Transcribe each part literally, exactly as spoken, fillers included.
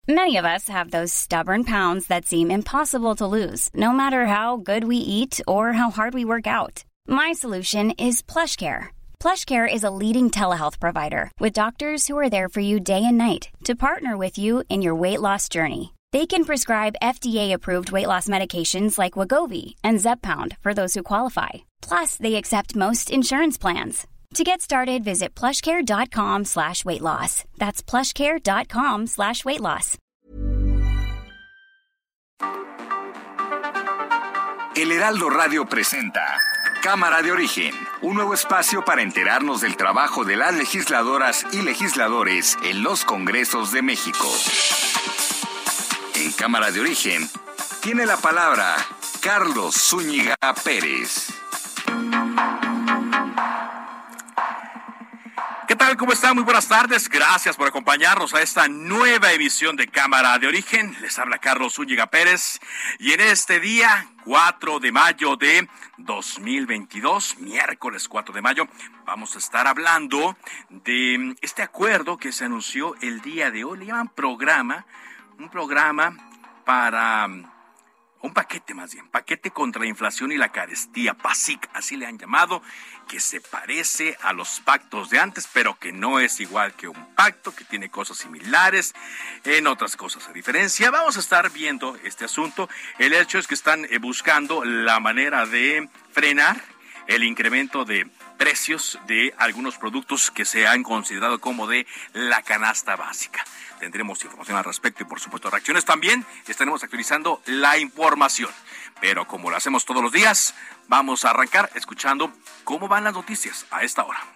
Many of us have those stubborn pounds that seem impossible to lose, no matter how good we eat or how hard we work out. My solution is PlushCare. PlushCare is a leading telehealth provider with doctors who are there for you day and night to partner with you in your weight loss journey. They can prescribe F D A-approved weight loss medications like Wegovy and Zepbound for those who qualify. Plus, they accept most insurance plans. To get started, visit plushcare.com slash weight loss. That's plushcare.com slash weight loss. El Heraldo Radio presenta Cámara de Origen, un nuevo espacio para enterarnos del trabajo de las legisladoras y legisladores en los Congresos de México. En Cámara de Origen tiene la palabra Carlos Zúñiga Pérez. ¿Qué tal? ¿Cómo están? Muy buenas tardes. Gracias por acompañarnos a esta nueva emisión de Cámara de Origen. Les habla Carlos Zúñiga Pérez. Y en este día, cuatro de mayo de dos mil veintidós, miércoles cuatro de mayo, vamos a estar hablando de este acuerdo que se anunció el día de hoy. Le llaman programa, un programa para... Un paquete más bien, paquete contra la inflación y la carestía, PASIC, así le han llamado, que se parece a los pactos de antes, pero que no es igual que un pacto, que tiene cosas similares, en otras cosas a diferencia. Vamos a estar viendo este asunto. El hecho es que están eh, buscando la manera de frenar el incremento de precios de algunos productos que se han considerado como de la canasta básica. Tendremos información al respecto y, por supuesto, reacciones también. Estaremos actualizando la información. Pero como lo hacemos todos los días, vamos a arrancar escuchando cómo van las noticias a esta hora.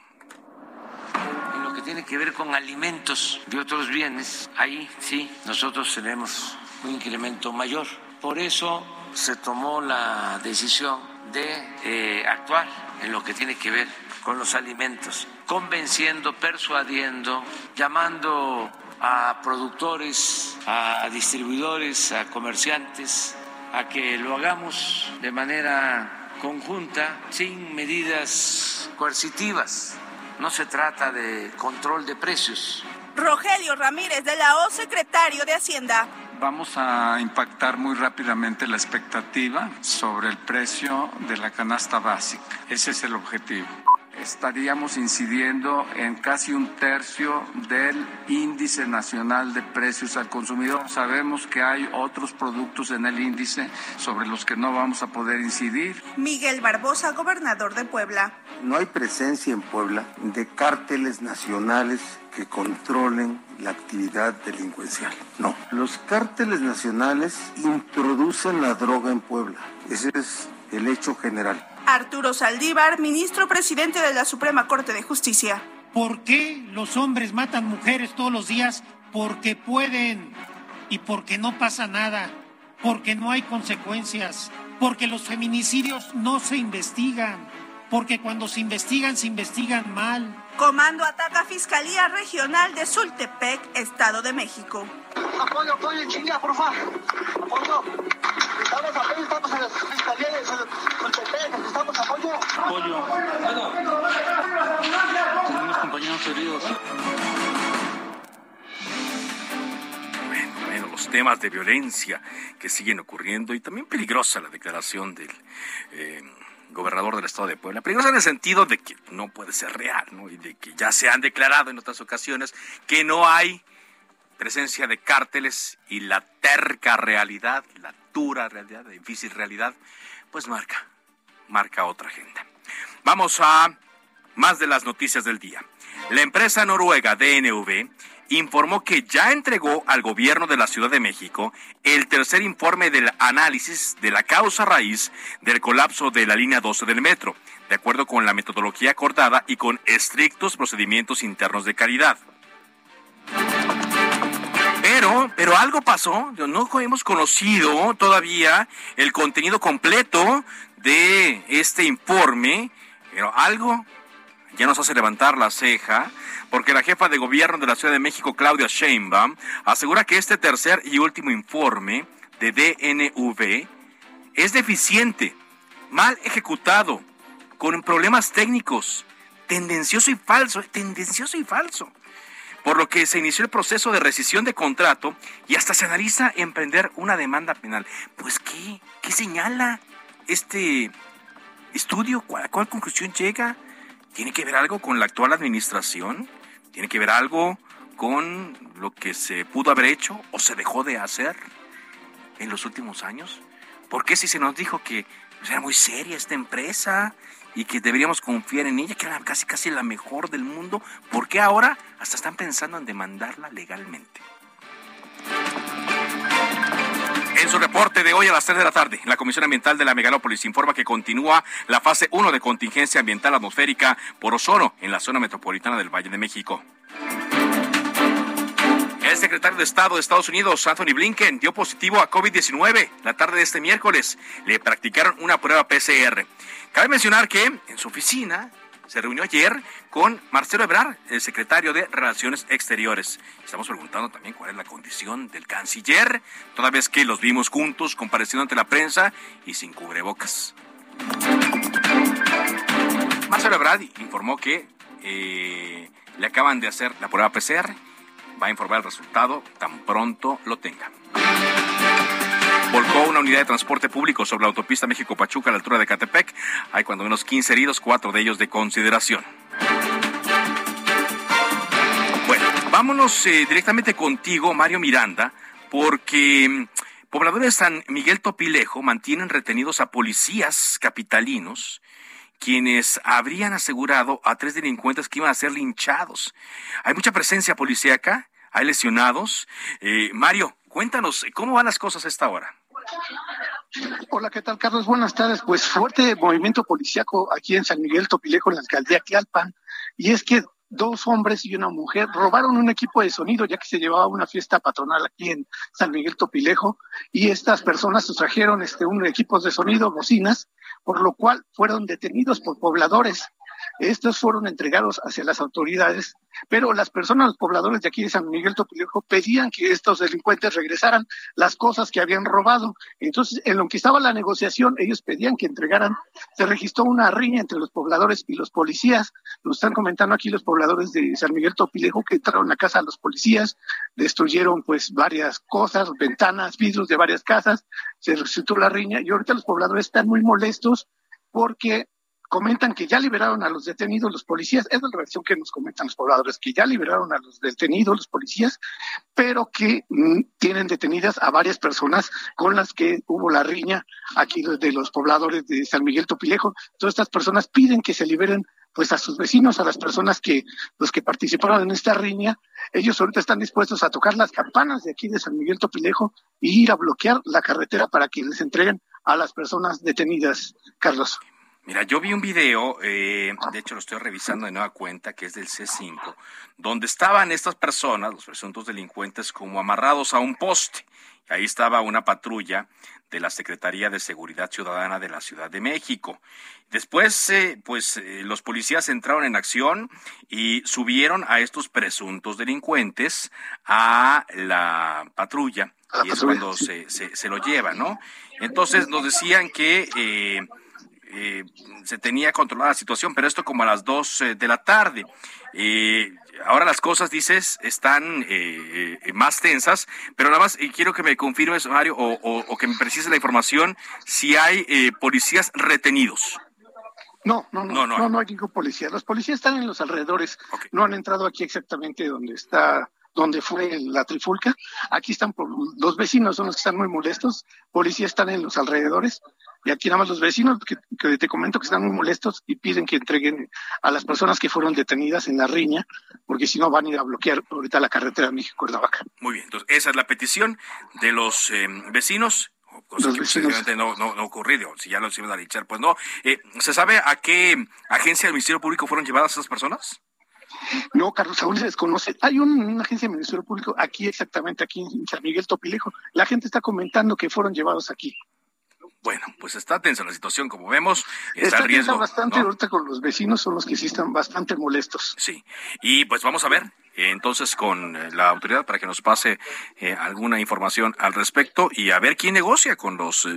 En lo que tiene que ver con alimentos y otros bienes, ahí sí, nosotros tenemos un incremento mayor. Por eso se tomó la decisión de eh, actuar en lo que tiene que ver con los alimentos, convenciendo, persuadiendo, llamando a productores, a distribuidores, a comerciantes, a que lo hagamos de manera conjunta, sin medidas coercitivas. No se trata de control de precios. Rogelio Ramírez de la O, secretario de Hacienda. Vamos a impactar muy rápidamente la expectativa sobre el precio de la canasta básica. Ese es el objetivo. Estaríamos incidiendo en casi un tercio del índice nacional de precios al consumidor. Sabemos que hay otros productos en el índice sobre los que no vamos a poder incidir. Miguel Barbosa, gobernador de Puebla. No hay presencia en Puebla de cárteles nacionales que controlen la actividad delincuencial. No, los cárteles nacionales introducen la droga en Puebla. Ese es el hecho general. Arturo Saldívar, ministro presidente de la Suprema Corte de Justicia. ¿Por qué los hombres matan mujeres todos los días? Porque pueden y porque no pasa nada, porque no hay consecuencias, porque los feminicidios no se investigan, porque cuando se investigan, se investigan mal. Comando ataca Fiscalía Regional de Sultepec, Estado de México. Apoyo, apoyo, chinga, por favor. Apoyo. Estamos apoyo, estamos en la Fiscalía de Sultepec, necesitamos apoyo. Apoyo. Tenemos compañeros heridos. Bueno, bueno, los temas de violencia que siguen ocurriendo y también peligrosa la declaración del... Eh, gobernador del estado de Puebla. Peligrosa en el sentido de que no puede ser real, ¿no? Y de que ya se han declarado en otras ocasiones que no hay presencia de cárteles y la terca realidad, la dura realidad, la difícil realidad, pues marca, marca otra agenda. Vamos a más de las noticias del día. La empresa noruega D N V informó que ya entregó al gobierno de la Ciudad de México el tercer informe del análisis de la causa raíz del colapso de la línea doce del metro, de acuerdo con la metodología acordada y con estrictos procedimientos internos de calidad. Pero, pero algo pasó, no hemos conocido todavía el contenido completo de este informe, pero algo ya nos hace levantar la ceja, porque la jefa de gobierno de la Ciudad de México, Claudia Sheinbaum, asegura que este tercer y último informe de D N V es deficiente, mal ejecutado, con problemas técnicos, tendencioso y falso, tendencioso y falso. por lo que se inició el proceso de rescisión de contrato y hasta se analiza emprender una demanda penal. Pues, ¿qué? ¿Qué señala este estudio? ¿A cuál conclusión llega? ¿Tiene que ver algo con la actual administración? ¿Tiene que ver algo con lo que se pudo haber hecho o se dejó de hacer en los últimos años? ¿Por qué si se nos dijo que pues, era muy seria esta empresa y que deberíamos confiar en ella, que era casi casi la mejor del mundo? ¿Por qué ahora hasta están pensando en demandarla legalmente? En su reporte de hoy a las tres de la tarde, la Comisión Ambiental de la Megalópolis informa que continúa la fase uno de contingencia ambiental atmosférica por ozono en la zona metropolitana del Valle de México. El secretario de Estado de Estados Unidos, Anthony Blinken, dio positivo a COVID diecinueve la tarde de este miércoles. Le practicaron una prueba P C R. Cabe mencionar que en su oficina se reunió ayer con Marcelo Ebrard, el secretario de Relaciones Exteriores. Estamos preguntando también cuál es la condición del canciller, toda vez que los vimos juntos compareciendo ante la prensa y sin cubrebocas. Marcelo Ebrard informó que eh, le acaban de hacer la prueba P C R. Va a informar el resultado tan pronto lo tenga. Volcó una unidad de transporte público sobre la autopista México-Pachuca a la altura de Catepec. Hay cuando menos quince heridos, cuatro de ellos de consideración. Bueno, vámonos eh, directamente contigo, Mario Miranda, porque pobladores de San Miguel Topilejo mantienen retenidos a policías capitalinos quienes habrían asegurado a tres delincuentes que iban a ser linchados. Hay mucha presencia policíaca, hay lesionados. Eh, Mario, cuéntanos, ¿cómo van las cosas a esta hora? Hola, ¿qué tal, Carlos? Buenas tardes. Pues fuerte movimiento policíaco aquí en San Miguel Topilejo, en la alcaldía Tlalpan, y es que dos hombres y una mujer robaron un equipo de sonido, ya que se llevaba una fiesta patronal aquí en San Miguel Topilejo, y estas personas sustrajeron este, un equipos de sonido, bocinas, por lo cual fueron detenidos por pobladores. Estos fueron entregados hacia las autoridades, pero las personas, los pobladores de aquí de San Miguel Topilejo pedían que estos delincuentes regresaran las cosas que habían robado. Entonces, en lo que estaba la negociación, ellos pedían que entregaran. Se registró una riña entre los pobladores y los policías. Lo están comentando aquí los pobladores de San Miguel Topilejo, que entraron a la casa a los policías, destruyeron pues varias cosas, ventanas, vidrios de varias casas, se registró la riña, y ahorita los pobladores están muy molestos porque comentan que ya liberaron a los detenidos los policías. Es la versión que nos comentan los pobladores, que ya liberaron a los detenidos los policías, pero que mm, tienen detenidas a varias personas con las que hubo la riña aquí de los pobladores de San Miguel Topilejo. Todas estas personas piden que se liberen pues a sus vecinos, a las personas que, los que participaron en esta riña. Ellos ahorita están dispuestos a tocar las campanas de aquí de San Miguel Topilejo y ir a bloquear la carretera para que les entreguen a las personas detenidas, Carlos. Mira, yo vi un video, eh, de hecho lo estoy revisando de nueva cuenta, que es del C cinco, donde estaban estas personas, los presuntos delincuentes, como amarrados a un poste. Ahí estaba una patrulla de la Secretaría de Seguridad Ciudadana de la Ciudad de México. Después, eh, pues, eh, los policías entraron en acción y subieron a estos presuntos delincuentes a la patrulla. Y es cuando se, se, se lo llevan, ¿no? Entonces nos decían que Eh, Eh, se tenía controlada la situación, pero esto como a las dos eh, de la tarde. Eh, ahora las cosas, dices, están eh, eh, más tensas, pero nada más eh, quiero que me confirmes, Mario, o, o, o que me precises la información, si hay eh, policías retenidos. No, no, no, no, no, no, no hay ningún policía. Los policías están en los alrededores, okay. No han entrado aquí exactamente donde está, donde fue la trifulca. Aquí están por, los vecinos son los que están muy molestos, policías están en los alrededores. Y aquí nada más los vecinos que, que te comento que están muy molestos y piden que entreguen a las personas que fueron detenidas en la riña, porque si no van a ir a bloquear ahorita la carretera México-Cuernavaca. Muy bien, entonces esa es la petición de los eh, vecinos, cosa los que vecinos. No, no, no ocurrió, si ya los iban a linchar, pues no. Eh, ¿Se sabe a qué agencia del Ministerio Público fueron llevadas esas personas? No, Carlos, aún se desconoce. Hay un, una agencia del Ministerio Público aquí, exactamente aquí en San Miguel Topilejo. La gente está comentando que fueron llevados aquí. Bueno, pues está tensa la situación, como vemos, está, está el riesgo. Está bastante, ¿no? Ahorita con los vecinos son los que sí están bastante molestos. Sí, y pues vamos a ver, eh, entonces con eh, la autoridad para que nos pase eh, alguna información al respecto y a ver quién negocia con los eh,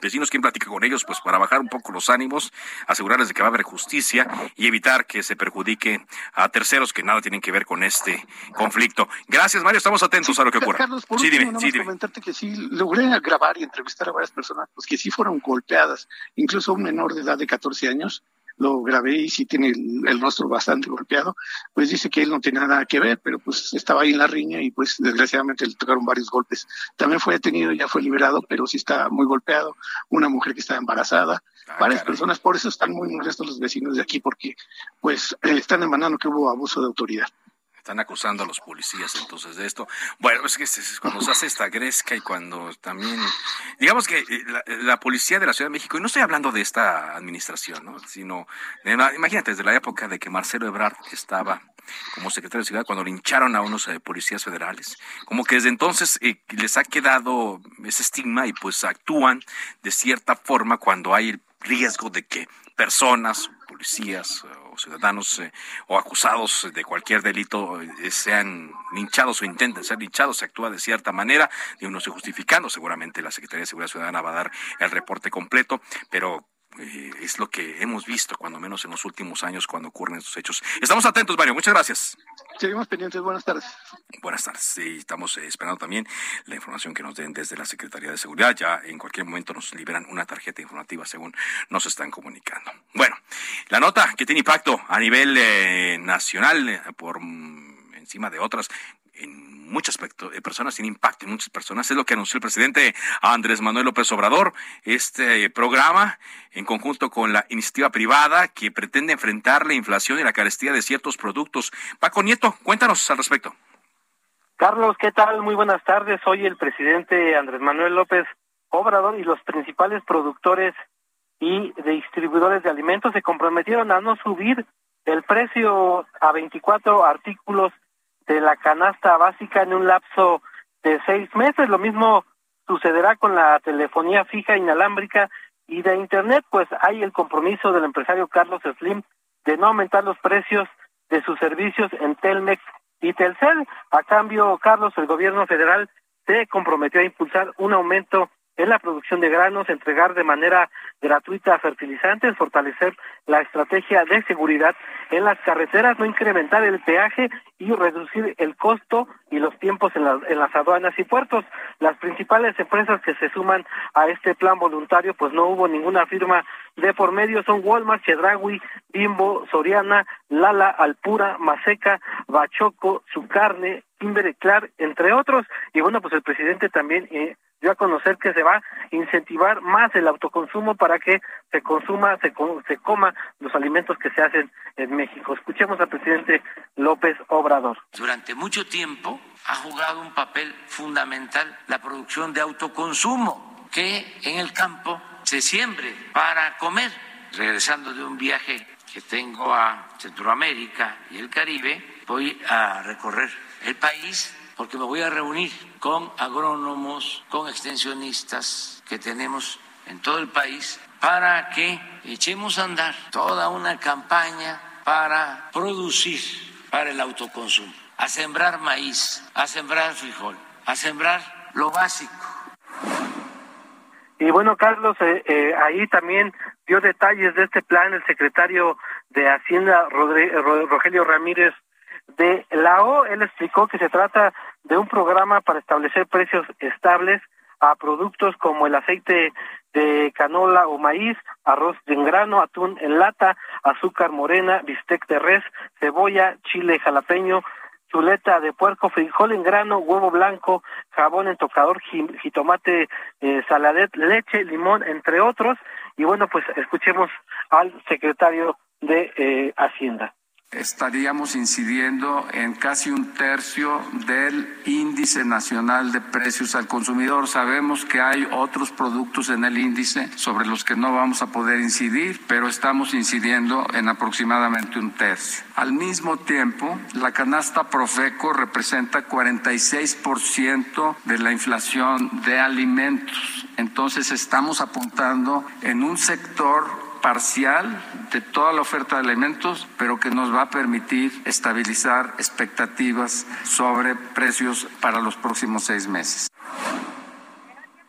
vecinos, quién platica con ellos, pues para bajar un poco los ánimos, asegurarles de que va a haber justicia y evitar que se perjudique a terceros que nada tienen que ver con este conflicto. Gracias, Mario, estamos atentos sí, a lo que ocurra. Carlos, por sí, último, dime, nada sí, más dime. comentarte que sí logré grabar y entrevistar a varias personas, pues que sí fueron golpeadas, incluso un menor de edad de catorce años, lo grabé y sí tiene el, el rostro bastante golpeado, pues dice que él no tiene nada que ver, pero pues estaba ahí en la riña y pues desgraciadamente le tocaron varios golpes. También fue detenido, ya fue liberado, pero sí está muy golpeado, una mujer que estaba embarazada, ah, varias caray. personas, por eso están muy molestos los vecinos de aquí, porque pues eh, están emanando que hubo abuso de autoridad. Están acusando a los policías entonces de esto. Bueno, es que es cuando se hace esta gresca y cuando también, digamos que la, la policía de la Ciudad de México, y no estoy hablando de esta administración, ¿no? Sino, de, imagínate, desde la época de que Marcelo Ebrard estaba como secretario de Seguridad, cuando lincharon a unos eh, policías federales, como que desde entonces eh, les ha quedado ese estigma y pues actúan de cierta forma cuando hay el riesgo de que personas, policías o ciudadanos eh, o acusados de cualquier delito eh, sean linchados o intenten ser linchados, se actúa de cierta manera, de uno se justificando, seguramente la Secretaría de Seguridad Ciudadana va a dar el reporte completo, pero eh, es lo que hemos visto, cuando menos en los últimos años, cuando ocurren estos hechos. Estamos atentos, Mario, muchas gracias. Seguimos pendientes, buenas tardes. Buenas tardes, sí, estamos eh, esperando también la información que nos den desde la Secretaría de Seguridad, ya en cualquier momento nos liberan una tarjeta informativa según nos están comunicando. Bueno, la nota que tiene impacto a nivel eh, nacional, eh, por mm, encima de otras, en muchas personas, tiene impacto en muchas personas, es lo que anunció el presidente Andrés Manuel López Obrador, este programa en conjunto con la iniciativa privada que pretende enfrentar la inflación y la carestía de ciertos productos. Paco Nieto, cuéntanos al respecto. Carlos, ¿qué tal? Muy buenas tardes. Hoy el presidente Andrés Manuel López Obrador y los principales productores y distribuidores de alimentos se comprometieron a no subir el precio a veinticuatro artículos de la canasta básica en un lapso de seis meses. Lo mismo sucederá con la telefonía fija inalámbrica y de Internet, pues hay el compromiso del empresario Carlos Slim de no aumentar los precios de sus servicios en Telmex y Telcel. A cambio, Carlos, el gobierno federal se comprometió a impulsar un aumento en la producción de granos, entregar de manera gratuita fertilizantes, fortalecer la estrategia de seguridad en las carreteras, no incrementar el peaje y reducir el costo y los tiempos en, la, en las aduanas y puertos. Las principales empresas que se suman a este plan voluntario, pues no hubo ninguna firma de por medio, son Walmart, Chedraui, Bimbo, Soriana, Lala, Alpura, Maseca, Bachoco, Su Carne, Kimberly-Clark, entre otros. Y bueno, pues el presidente también eh, dio a conocer que se va a incentivar más el autoconsumo para que se consuma, se, se coma los alimentos que se hacen en México. Escuchemos al presidente López Obrador. Durante mucho tiempo ha jugado un papel fundamental la producción de autoconsumo, que en el campo se siembre para comer. Regresando de un viaje que tengo a Centroamérica y el Caribe, voy a recorrer el país porque me voy a reunir con agrónomos, con extensionistas que tenemos en todo el país para que echemos a andar toda una campaña para producir para el autoconsumo, a sembrar maíz, a sembrar frijol, a sembrar lo básico. Y bueno, Carlos, eh, eh, ahí también dio detalles de este plan el secretario de Hacienda, Rodri- Rogelio Ramírez de la O. Él explicó que se trata de un programa para establecer precios estables a productos como el aceite de canola o maíz, arroz en grano, atún en lata, azúcar morena, bistec de res, cebolla, chile jalapeño, chuleta de puerco, frijol en grano, huevo blanco, jabón en tocador, jitomate, eh, saladet, leche, limón, entre otros. Y bueno, pues escuchemos al secretario de eh, Hacienda. Estaríamos incidiendo en casi un tercio del índice nacional de precios al consumidor. Sabemos que hay otros productos en el índice sobre los que no vamos a poder incidir, pero estamos incidiendo en aproximadamente un tercio. Al mismo tiempo, la canasta Profeco representa cuarenta y seis por ciento de la inflación de alimentos. Entonces estamos apuntando en un sector parcial de toda la oferta de alimentos, pero que nos va a permitir estabilizar expectativas sobre precios para los próximos seis meses.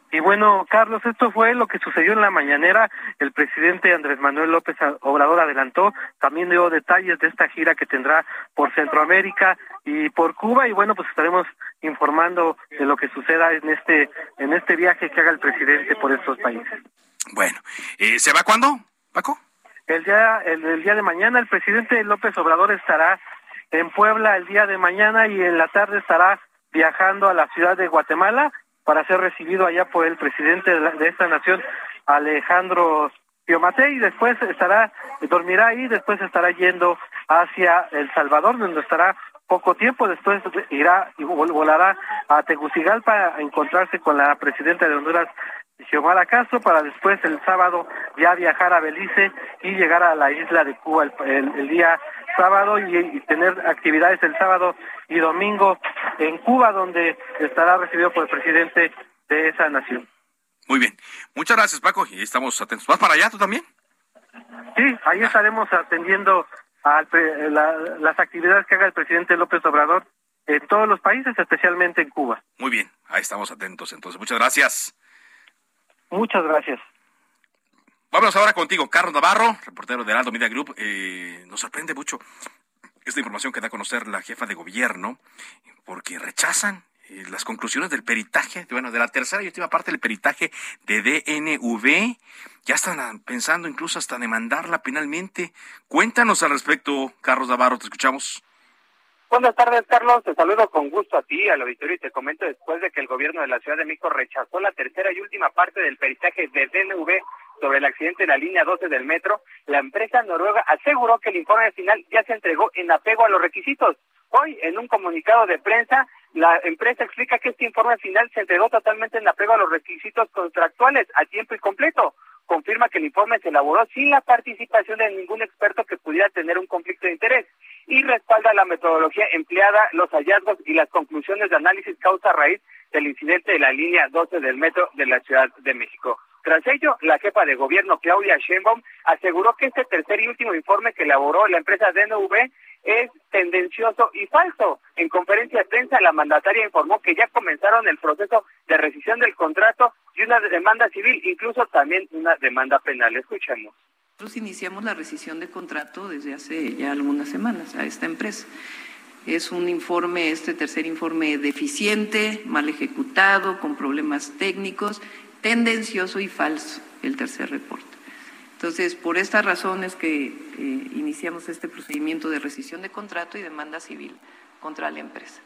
Y bueno, Carlos, esto fue lo que sucedió en la mañanera. El presidente Andrés Manuel López Obrador adelantó, también dio detalles de esta gira que tendrá por Centroamérica y por Cuba, y bueno, pues estaremos informando de lo que suceda en este en este viaje que haga el presidente por estos países. Bueno, eh, ¿se va cuándo, Paco? El día el, el día de mañana el presidente López Obrador estará en Puebla el día de mañana y en la tarde estará viajando a la ciudad de Guatemala para ser recibido allá por el presidente de, la, de esta nación, Alejandro Giammattei, y después estará, dormirá ahí, después estará yendo hacia El Salvador, donde estará poco tiempo, después irá y volará a Tegucigalpa a encontrarse con la presidenta de Honduras, Xiomara Castro, para después el sábado ya viajar a Belice y llegar a la isla de Cuba el, el, el día sábado y, y tener actividades el sábado y domingo en Cuba, donde estará recibido por el presidente de esa nación. Muy bien. Muchas gracias, Paco, y estamos atentos. ¿Vas para allá tú también? Sí, ahí estaremos atendiendo a la, las actividades que haga el presidente López Obrador en todos los países, especialmente en Cuba. Muy bien, ahí estamos atentos entonces. Muchas gracias. Muchas gracias. Vámonos ahora contigo, Carlos Navarro, reportero de Heraldo Media Group. Eh, nos sorprende mucho esta información que da a conocer la jefa de gobierno, porque rechazan eh, las conclusiones del peritaje, bueno, de la tercera y última parte del peritaje de D N V. Ya están pensando incluso hasta demandarla penalmente. Cuéntanos al respecto, Carlos Navarro, te escuchamos. Buenas tardes, Carlos. Te saludo con gusto a ti, al auditorio, y te comento después de que el gobierno de la Ciudad de México rechazó la tercera y última parte del peritaje de D N V sobre el accidente de la línea doce del metro, la empresa noruega aseguró que el informe final ya se entregó en apego a los requisitos. Hoy, en un comunicado de prensa, la empresa explica que este informe final se entregó totalmente en apego a los requisitos contractuales a tiempo y completo. Confirma que el informe se elaboró sin la participación de ningún experto que pudiera tener un conflicto de interés y respalda la metodología empleada, los hallazgos y las conclusiones de análisis causa-raíz del incidente de la línea doce del metro de la Ciudad de México. Tras ello, la jefa de gobierno, Claudia Sheinbaum, aseguró que este tercer y último informe que elaboró la empresa D N V es tendencioso y falso. En conferencia de prensa, la mandataria informó que ya comenzaron el proceso de rescisión del contrato y una demanda civil, incluso también una demanda penal. Escuchemos. Nosotros iniciamos la rescisión de contrato desde hace ya algunas semanas a esta empresa. Es un informe, este tercer informe, deficiente, mal ejecutado, con problemas técnicos, tendencioso y falso, el tercer reporte. Entonces, por estas razones que eh, iniciamos este procedimiento de rescisión de contrato y demanda civil contra la empresa.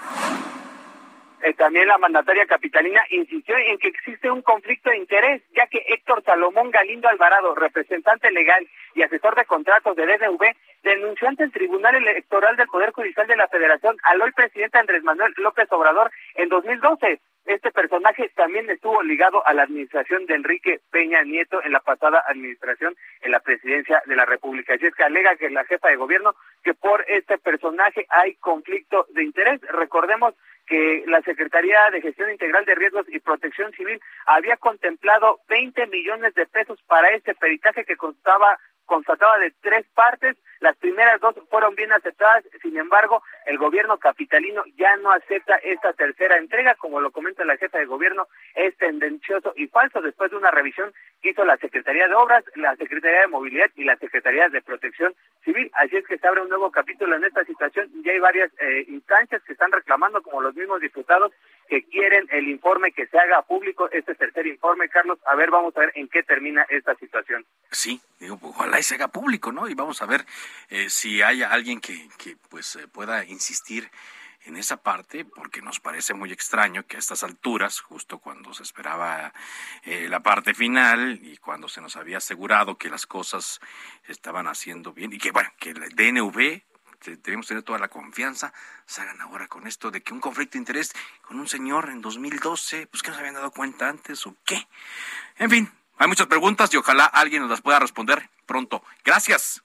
Eh, también la mandataria capitalina insistió en que existe un conflicto de interés, ya que Héctor Salomón Galindo Alvarado, representante legal y asesor de contratos de D N V, denunció ante el Tribunal Electoral del Poder Judicial de la Federación al hoy presidente Andrés Manuel López Obrador en dos mil doce. Este personaje también estuvo ligado a la administración de Enrique Peña Nieto en la pasada administración en la presidencia de la República. Así es que alega que la jefa de gobierno que por este personaje hay conflicto de interés. Recordemos que la Secretaría de Gestión Integral de Riesgos y Protección Civil había contemplado veinte millones de pesos para este peritaje que constaba constataba de tres partes. Las primeras dos fueron bien aceptadas, sin embargo, el gobierno capitalino ya no acepta esta tercera entrega, como lo comenta la jefa de gobierno, es tendencioso y falso después de una revisión que hizo la Secretaría de Obras, la Secretaría de Movilidad y la Secretaría de Protección Civil. Así es que se abre un nuevo capítulo en esta situación. Ya hay varias eh, instancias que están reclamando, como los mismos diputados, que quieren el informe que se haga público, este tercer informe, Carlos. A ver, vamos a ver en qué termina esta situación. Sí, digo, ojalá y se haga público, ¿no? Y vamos a ver eh, si hay alguien que, que pues eh, pueda insistir en esa parte, porque nos parece muy extraño que a estas alturas, justo cuando se esperaba eh, la parte final y cuando se nos había asegurado que las cosas estaban haciendo bien y que, bueno, que el D N V, debemos tener toda la confianza, salgan ahora con esto de que un conflicto de interés con un señor en dos mil doce, pues que no se habían dado cuenta antes o qué. En fin, hay muchas preguntas y ojalá alguien nos las pueda responder pronto. Gracias.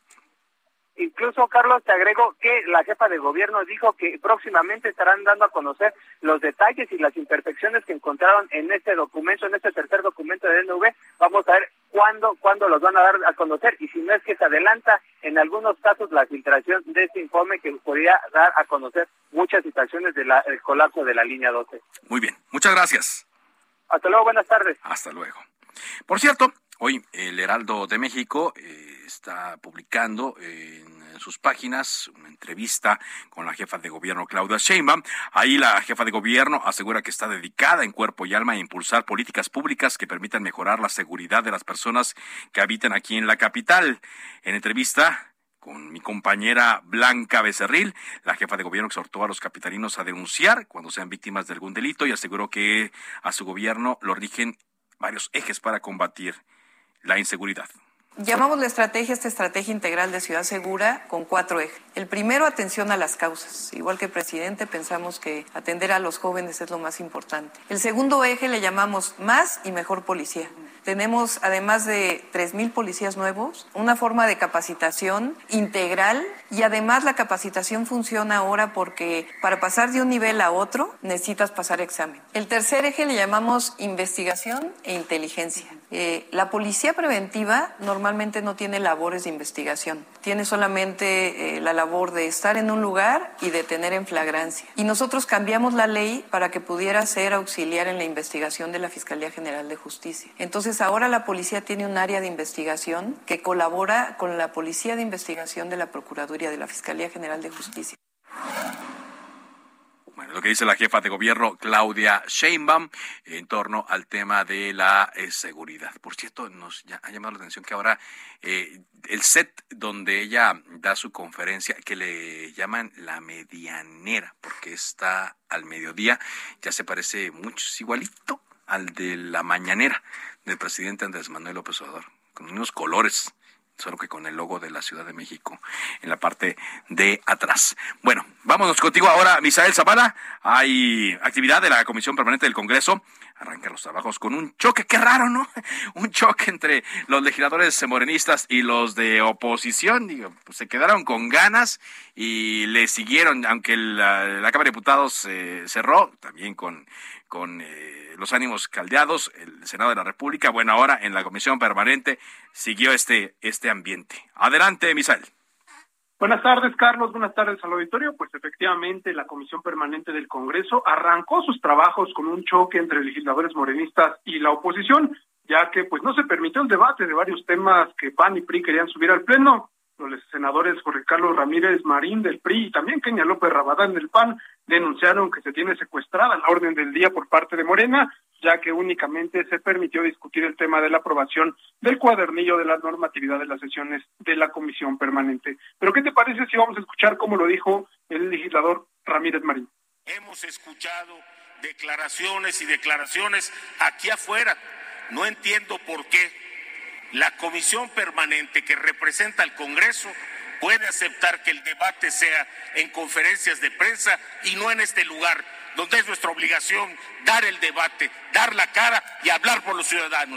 Incluso, Carlos, te agrego que la jefa de gobierno dijo que próximamente estarán dando a conocer los detalles y las imperfecciones que encontraron en este documento, en este tercer documento de D N V. Vamos a ver cuándo, cuándo los van a dar a conocer y si no es que se adelanta en algunos casos la filtración de este informe que podría dar a conocer muchas situaciones del colapso de la línea doce. Muy bien, muchas gracias. Hasta luego, buenas tardes. Hasta luego. Por cierto, hoy el Heraldo de México eh, está publicando en sus páginas una entrevista con la jefa de gobierno Claudia Sheinbaum. Ahí la jefa de gobierno asegura que está dedicada en cuerpo y alma a impulsar políticas públicas que permitan mejorar la seguridad de las personas que habitan aquí en la capital. En entrevista con mi compañera Blanca Becerril, la jefa de gobierno exhortó a los capitalinos a denunciar cuando sean víctimas de algún delito y aseguró que a su gobierno lo rigen varios ejes para combatir la inseguridad. Llamamos la estrategia, esta estrategia integral de ciudad segura, con cuatro ejes. El primero, atención a las causas. Igual que presidente, pensamos que atender a los jóvenes es lo más importante. El segundo eje le llamamos más y mejor policía. Tenemos, además de tres mil policías nuevos, una forma de capacitación integral y además la capacitación funciona ahora porque para pasar de un nivel a otro necesitas pasar examen. El tercer eje le llamamos investigación e inteligencia. Eh, la policía preventiva normalmente no tiene labores de investigación, tiene solamente eh, la labor de estar en un lugar y detener en flagrancia. Y nosotros cambiamos la ley para que pudiera ser auxiliar en la investigación de la Fiscalía General de Justicia. Entonces ahora la policía tiene un área de investigación que colabora con la Policía de Investigación de la Procuraduría de la Fiscalía General de Justicia. Bueno, lo que dice la jefa de gobierno Claudia Sheinbaum en torno al tema de la eh, seguridad. Por cierto, nos ya, ha llamado la atención que ahora eh, el set donde ella da su conferencia, que le llaman la medianera, porque está al mediodía, ya se parece mucho, es igualito al de la mañanera del presidente Andrés Manuel López Obrador, con unos colores, solo que con el logo de la Ciudad de México en la parte de atrás. Bueno, vámonos contigo ahora, Misael Zavala. Hay actividad de la Comisión Permanente del Congreso. Arrancan los trabajos con un choque, qué raro, ¿no? Un choque entre los legisladores morenistas y los de oposición. Digo, pues se quedaron con ganas y le siguieron, aunque la, la Cámara de Diputados eh, cerró, también con... con eh, los ánimos caldeados, el Senado de la República. Bueno, ahora en la Comisión Permanente siguió este, este ambiente. Adelante, Misael. Buenas tardes, Carlos. Buenas tardes al auditorio. Pues efectivamente, la Comisión Permanente del Congreso arrancó sus trabajos con un choque entre legisladores morenistas y la oposición, ya que pues no se permitió el debate de varios temas que P A N y P R I querían subir al Pleno. Los senadores Jorge Carlos Ramírez Marín del P R I y también Kenia López Rabadán del P A N denunciaron que se tiene secuestrada la orden del día por parte de Morena, ya que únicamente se permitió discutir el tema de la aprobación del cuadernillo de la normatividad de las sesiones de la Comisión Permanente. Pero ¿qué te parece si vamos a escuchar cómo lo dijo el legislador Ramírez Marín? Hemos escuchado declaraciones y declaraciones aquí afuera. No entiendo por qué la Comisión Permanente que representa al Congreso puede aceptar que el debate sea en conferencias de prensa y no en este lugar, donde es nuestra obligación dar el debate, dar la cara y hablar por los ciudadanos.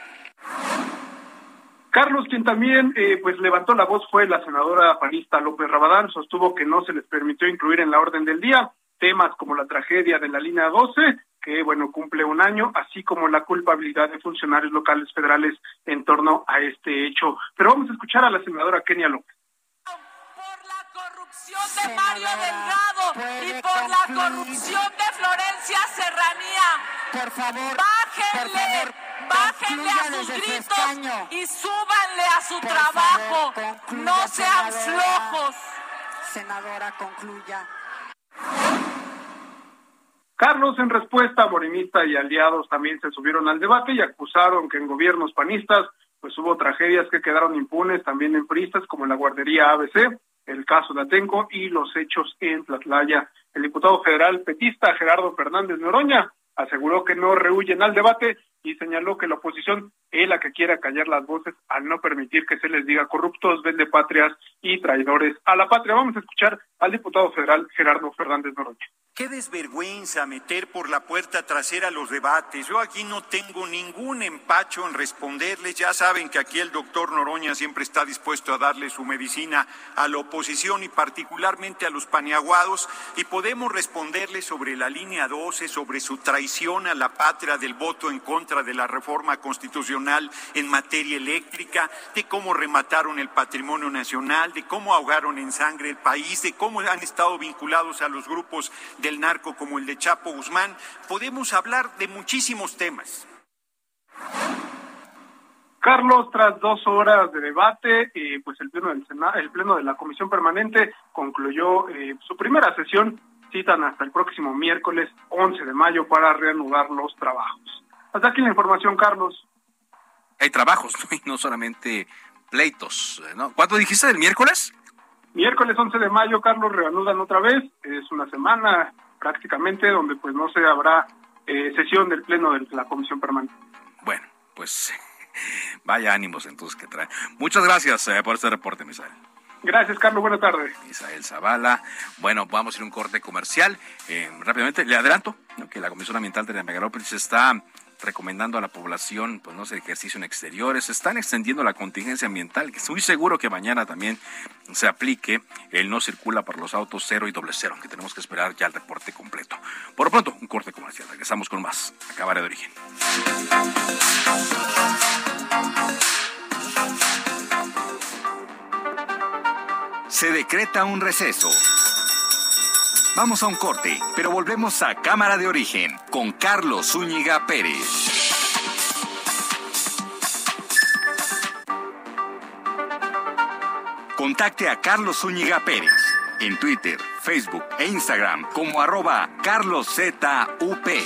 Carlos, quien también eh, pues levantó la voz fue la senadora panista López Rabadán, sostuvo que no se les permitió incluir en la orden del día temas como la tragedia de la línea doce, que bueno, cumple un año, así como la culpabilidad de funcionarios locales federales en torno a este hecho. Pero vamos a escuchar a la senadora Kenia López. De Mario Delgado y por la corrupción de Florencia Serranía. Por favor, bájenle, por favor, bájenle a sus gritos y súbanle a su por trabajo. Favor, concluya, no sean senadora, flojos. Senadora, concluya. Carlos, en respuesta, morenista y aliados también se subieron al debate y acusaron que en gobiernos panistas pues hubo tragedias que quedaron impunes también en priistas, como en la guardería A B C, el caso de Atenco y los hechos en Tlatlaya. El diputado federal petista Gerardo Fernández Noroña aseguró que no rehuyen al debate y señaló que la oposición es la que quiere callar las voces al no permitir que se les diga corruptos, vendepatrias y traidores a la patria. Vamos a escuchar al diputado federal Gerardo Fernández Noroña. Qué desvergüenza meter por la puerta trasera los debates. Yo aquí no tengo ningún empacho en responderles. Ya saben que aquí el doctor Noroña siempre está dispuesto a darle su medicina a la oposición y particularmente a los paniaguados, y podemos responderles sobre la línea doce, sobre su traición a la patria del voto en contra contra de la reforma constitucional en materia eléctrica, de cómo remataron el patrimonio nacional, de cómo ahogaron en sangre el país, de cómo han estado vinculados a los grupos del narco como el de Chapo Guzmán. Podemos hablar de muchísimos temas. Carlos, tras dos horas de debate, eh, pues el pleno del Senado, el pleno de la Comisión Permanente concluyó eh, su primera sesión. Citan hasta el próximo miércoles once de mayo para reanudar los trabajos. Hasta aquí la información, Carlos. Hay trabajos, ¿no? Y no solamente pleitos, ¿no? ¿Cuánto dijiste del miércoles? Miércoles once de mayo, Carlos, reanudan otra vez. Es una semana prácticamente donde pues no se habrá eh, sesión del pleno de la Comisión Permanente. Bueno, pues vaya ánimos entonces que trae. Muchas gracias eh, por este reporte, Misael. Gracias, Carlos. Buenas tardes. Misael Zavala. Bueno, vamos a ir a un corte comercial. Eh, rápidamente, le adelanto, ¿no?, que la Comisión Ambiental de la Megalópolis está recomendando a la población, pues no hacer ejercicio en exteriores. Están extendiendo la contingencia ambiental, que estoy seguro que mañana también se aplique el no circula para los autos cero y doble cero, que tenemos que esperar ya el reporte completo. Por lo pronto, un corte comercial. Regresamos con más. Cámara de Origen. Se decreta un receso. Vamos a un corte, pero volvemos a Cámara de Origen con Carlos Zúñiga Pérez. Contacte a Carlos Zúñiga Pérez en Twitter, Facebook e Instagram como arroba Carlos Z U P.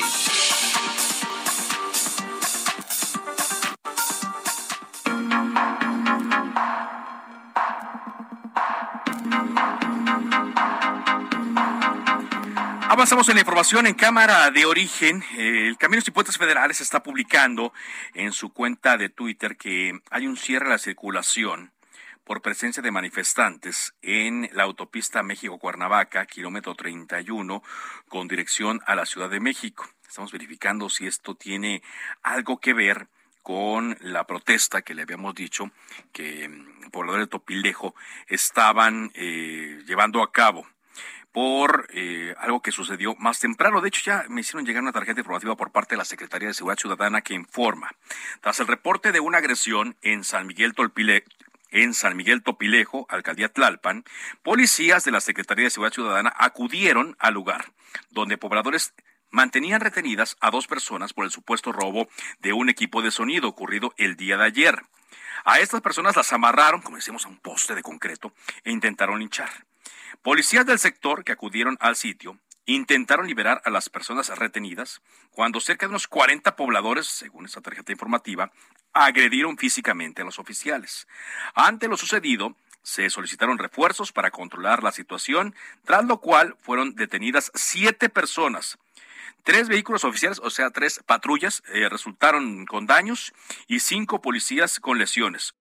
Avanzamos en la información en Cámara de Origen. El Caminos y Puentes Federales está publicando en su cuenta de Twitter que hay un cierre a la circulación por presencia de manifestantes en la autopista México-Cuernavaca, kilómetro treinta y uno, con dirección a la Ciudad de México. Estamos verificando si esto tiene algo que ver con la protesta que le habíamos dicho que pobladores de Topilejo estaban eh, llevando a cabo por eh, algo que sucedió más temprano. De hecho, ya me hicieron llegar una tarjeta informativa por parte de la Secretaría de Seguridad Ciudadana que informa. Tras el reporte de una agresión en San Miguel Tolpile, en San Miguel Topilejo, Alcaldía Tlalpan, policías de la Secretaría de Seguridad Ciudadana acudieron al lugar, donde pobladores mantenían retenidas a dos personas por el supuesto robo de un equipo de sonido ocurrido el día de ayer. A estas personas las amarraron, como decimos, a un poste de concreto e intentaron linchar. Policías del sector que acudieron al sitio intentaron liberar a las personas retenidas cuando cerca de unos cuarenta pobladores, según esta tarjeta informativa, agredieron físicamente a los oficiales. Ante lo sucedido, se solicitaron refuerzos para controlar la situación, tras lo cual fueron detenidas siete personas. Tres vehículos oficiales, o sea, tres patrullas, eh, resultaron con daños y cinco policías con lesiones.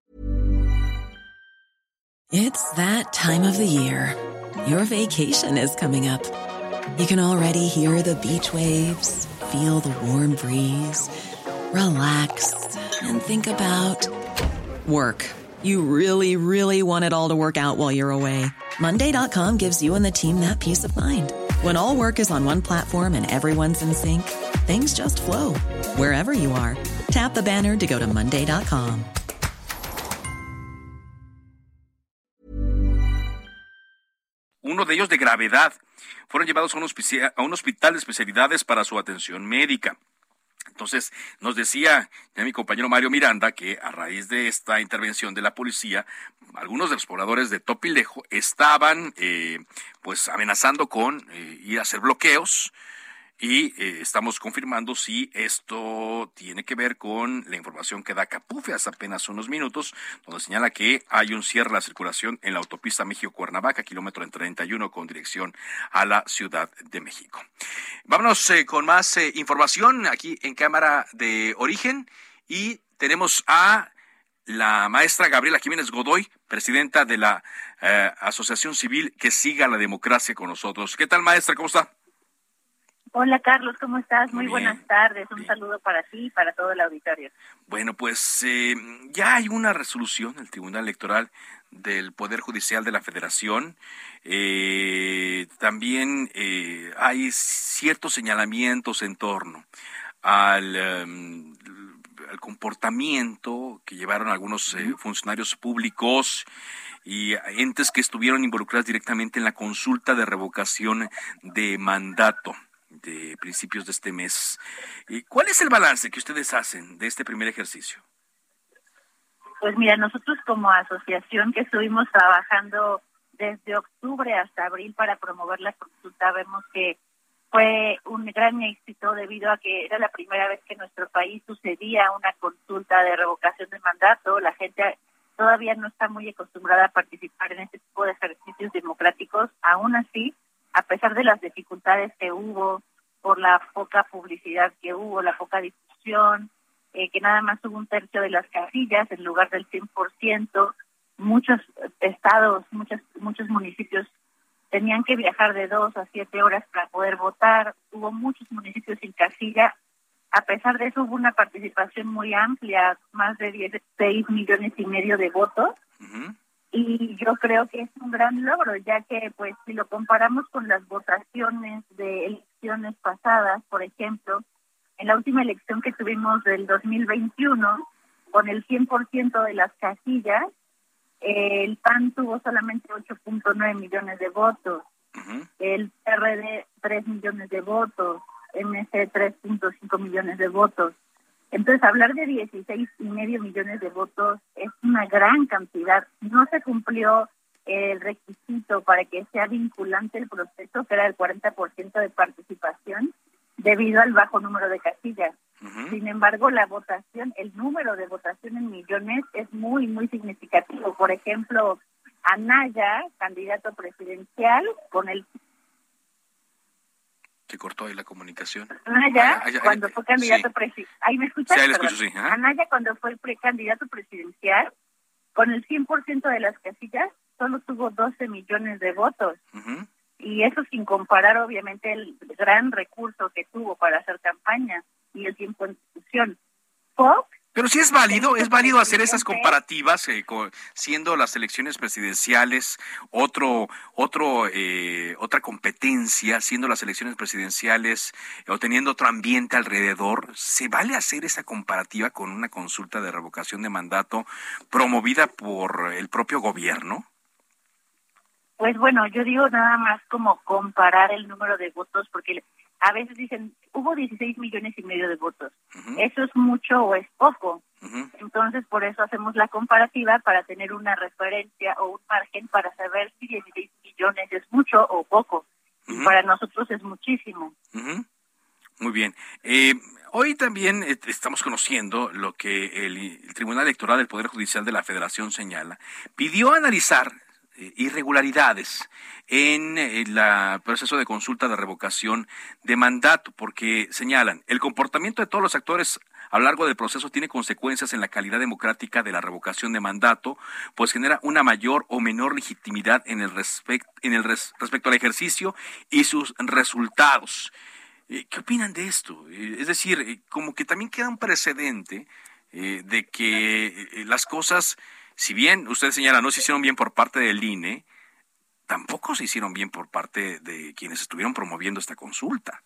It's that time of the year. Your vacation is coming up. You can already hear the beach waves, feel the warm breeze, relax, and think about work. You really, really want it all to work out while you're away. Monday dot com gives you and the team that peace of mind. When all work is on one platform and everyone's in sync, things just flow. Wherever you are, tap the banner to go to Monday dot com. Uno de ellos de gravedad. Fueron llevados a un, hospicia, a un hospital de especialidades para su atención médica. Entonces, nos decía ya mi compañero Mario Miranda que a raíz de esta intervención de la policía, algunos de los pobladores de Topilejo estaban eh, pues amenazando con eh, ir a hacer bloqueos. Y eh, estamos confirmando si esto tiene que ver con la información que da Capufe hace apenas unos minutos, donde señala que hay un cierre a la circulación en la autopista México-Cuernavaca, kilómetro treinta y uno, con dirección a la Ciudad de México. Vámonos eh, con más eh, información aquí en Cámara de Origen y tenemos a la maestra Gabriela Jiménez Godoy, presidenta de la eh, Asociación Civil Que Siga la Democracia, con nosotros. ¿Qué tal, maestra? ¿Cómo está? Hola, Carlos, ¿cómo estás? Muy, Muy buenas tardes. Un bien. Saludo para ti y para todo el auditorio. Bueno, pues eh, ya hay una resolución del Tribunal Electoral del Poder Judicial de la Federación. Eh, también eh, hay ciertos señalamientos en torno al um, al comportamiento que llevaron algunos eh, funcionarios públicos y entes que estuvieron involucrados directamente en la consulta de revocación de mandato de principios de este mes. ¿Cuál es el balance que ustedes hacen de este primer ejercicio? Pues mira, nosotros como asociación que estuvimos trabajando desde octubre hasta abril para promover la consulta, vemos que fue un gran éxito debido a que era la primera vez que en nuestro país sucedía una consulta de revocación de mandato. La gente todavía no está muy acostumbrada a participar en este tipo de ejercicios democráticos. Aún así, a pesar de las dificultades que hubo por la poca publicidad que hubo, la poca difusión, eh, que nada más hubo un tercio de las casillas en lugar del cien por ciento, muchos estados, muchos, muchos municipios tenían que viajar de dos a siete horas para poder votar. Hubo muchos municipios sin casilla. A pesar de eso, hubo una participación muy amplia, más de dieciséis millones y medio de votos. Uh-huh. Y yo creo que es un gran logro, ya que, pues, si lo comparamos con las votaciones de elecciones pasadas, por ejemplo, en la última elección que tuvimos del dos mil veintiuno, con el cien por ciento de las casillas, el P A N tuvo solamente ocho punto nueve millones de votos, uh-huh. El P R D tres millones de votos, M C tres punto cinco millones de votos. Entonces, hablar de dieciséis y medio millones de votos es una gran cantidad. No se cumplió el requisito para que sea vinculante el proceso, que era el cuarenta por ciento de participación, debido al bajo número de casillas. Uh-huh. Sin embargo, la votación, el número de votación en millones es muy, muy significativo. Por ejemplo, Anaya, candidato presidencial, con el... Se cortó ahí la comunicación. Anaya, ah, ya, cuando ya, fue candidato sí. presidencial... ¿Ahí me escuchas? Sí, ahí escucho, sí. ¿Ah? Anaya, cuando fue el precandidato presidencial, con el cien por ciento de las casillas, solo tuvo doce millones de votos. Uh-huh. Y eso sin comparar, obviamente, el gran recurso que tuvo para hacer campaña y el tiempo en discusión. Fox, pero sí es válido, es válido hacer esas comparativas, eh, con, siendo las elecciones presidenciales otro, otro, eh, otra competencia, siendo las elecciones presidenciales eh, o teniendo otro ambiente alrededor. ¿Se vale hacer esa comparativa con una consulta de revocación de mandato promovida por el propio gobierno? Pues bueno, yo digo nada más como comparar el número de votos, porque a veces dicen, hubo dieciséis millones y medio de votos. Uh-huh. ¿Eso es mucho o es poco? Uh-huh. Entonces, por eso hacemos la comparativa, para tener una referencia o un margen para saber si dieciséis millones es mucho o poco. Uh-huh. Y para nosotros es muchísimo. Uh-huh. Muy bien. Eh, hoy también eh, estamos conociendo lo que el, el Tribunal Electoral del Poder Judicial de la Federación señala. Pidió analizar irregularidades en el proceso de consulta de revocación de mandato, porque señalan, el comportamiento de todos los actores a lo largo del proceso tiene consecuencias en la calidad democrática de la revocación de mandato, pues genera una mayor o menor legitimidad en el, respect, en el res, respecto al ejercicio y sus resultados. ¿Qué opinan de esto? Es decir, como que también queda un precedente eh, de que las cosas, si bien ustedes señalan, no se hicieron bien por parte del I N E, tampoco se hicieron bien por parte de quienes estuvieron promoviendo esta consulta.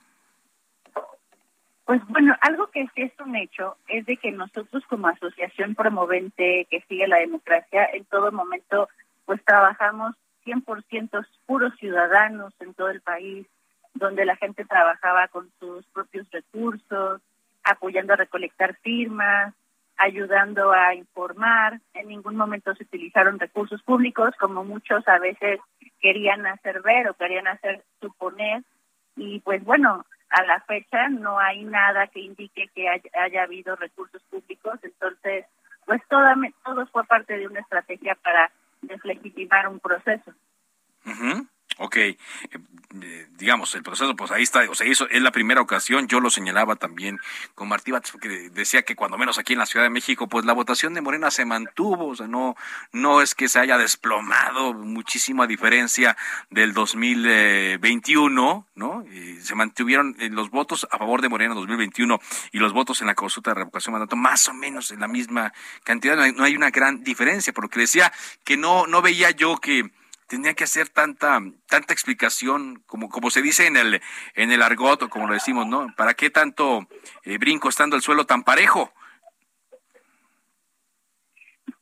Pues bueno, algo que sí es un hecho es de que nosotros como asociación promovente que sigue la democracia, en todo momento pues trabajamos cien por ciento puros ciudadanos en todo el país, donde la gente trabajaba con sus propios recursos, apoyando a recolectar firmas, ayudando a informar. En ningún momento se utilizaron recursos públicos, como muchos a veces querían hacer ver o querían hacer suponer. Y pues bueno, a la fecha no hay nada que indique que haya, haya habido recursos públicos. Entonces, pues toda, todo fue parte de una estrategia para deslegitimar un proceso. Uh-huh. Ok, eh, digamos, el proceso, pues ahí está, o sea, eso es la primera ocasión. Yo lo señalaba también con Martí Batres, porque decía que cuando menos aquí en la Ciudad de México, pues la votación de Morena se mantuvo, o sea, no, no es que se haya desplomado muchísimo a diferencia del dos mil veintiuno, ¿no? Y se mantuvieron los votos a favor de Morena en dos mil veintiuno y los votos en la consulta de revocación de mandato más o menos en la misma cantidad. No hay, no hay una gran diferencia, por lo que decía que no, no veía yo que tenía que hacer tanta tanta explicación, como como se dice en el en el argot, o como lo decimos, ¿no? ¿Para qué tanto eh, brinco estando el suelo tan parejo?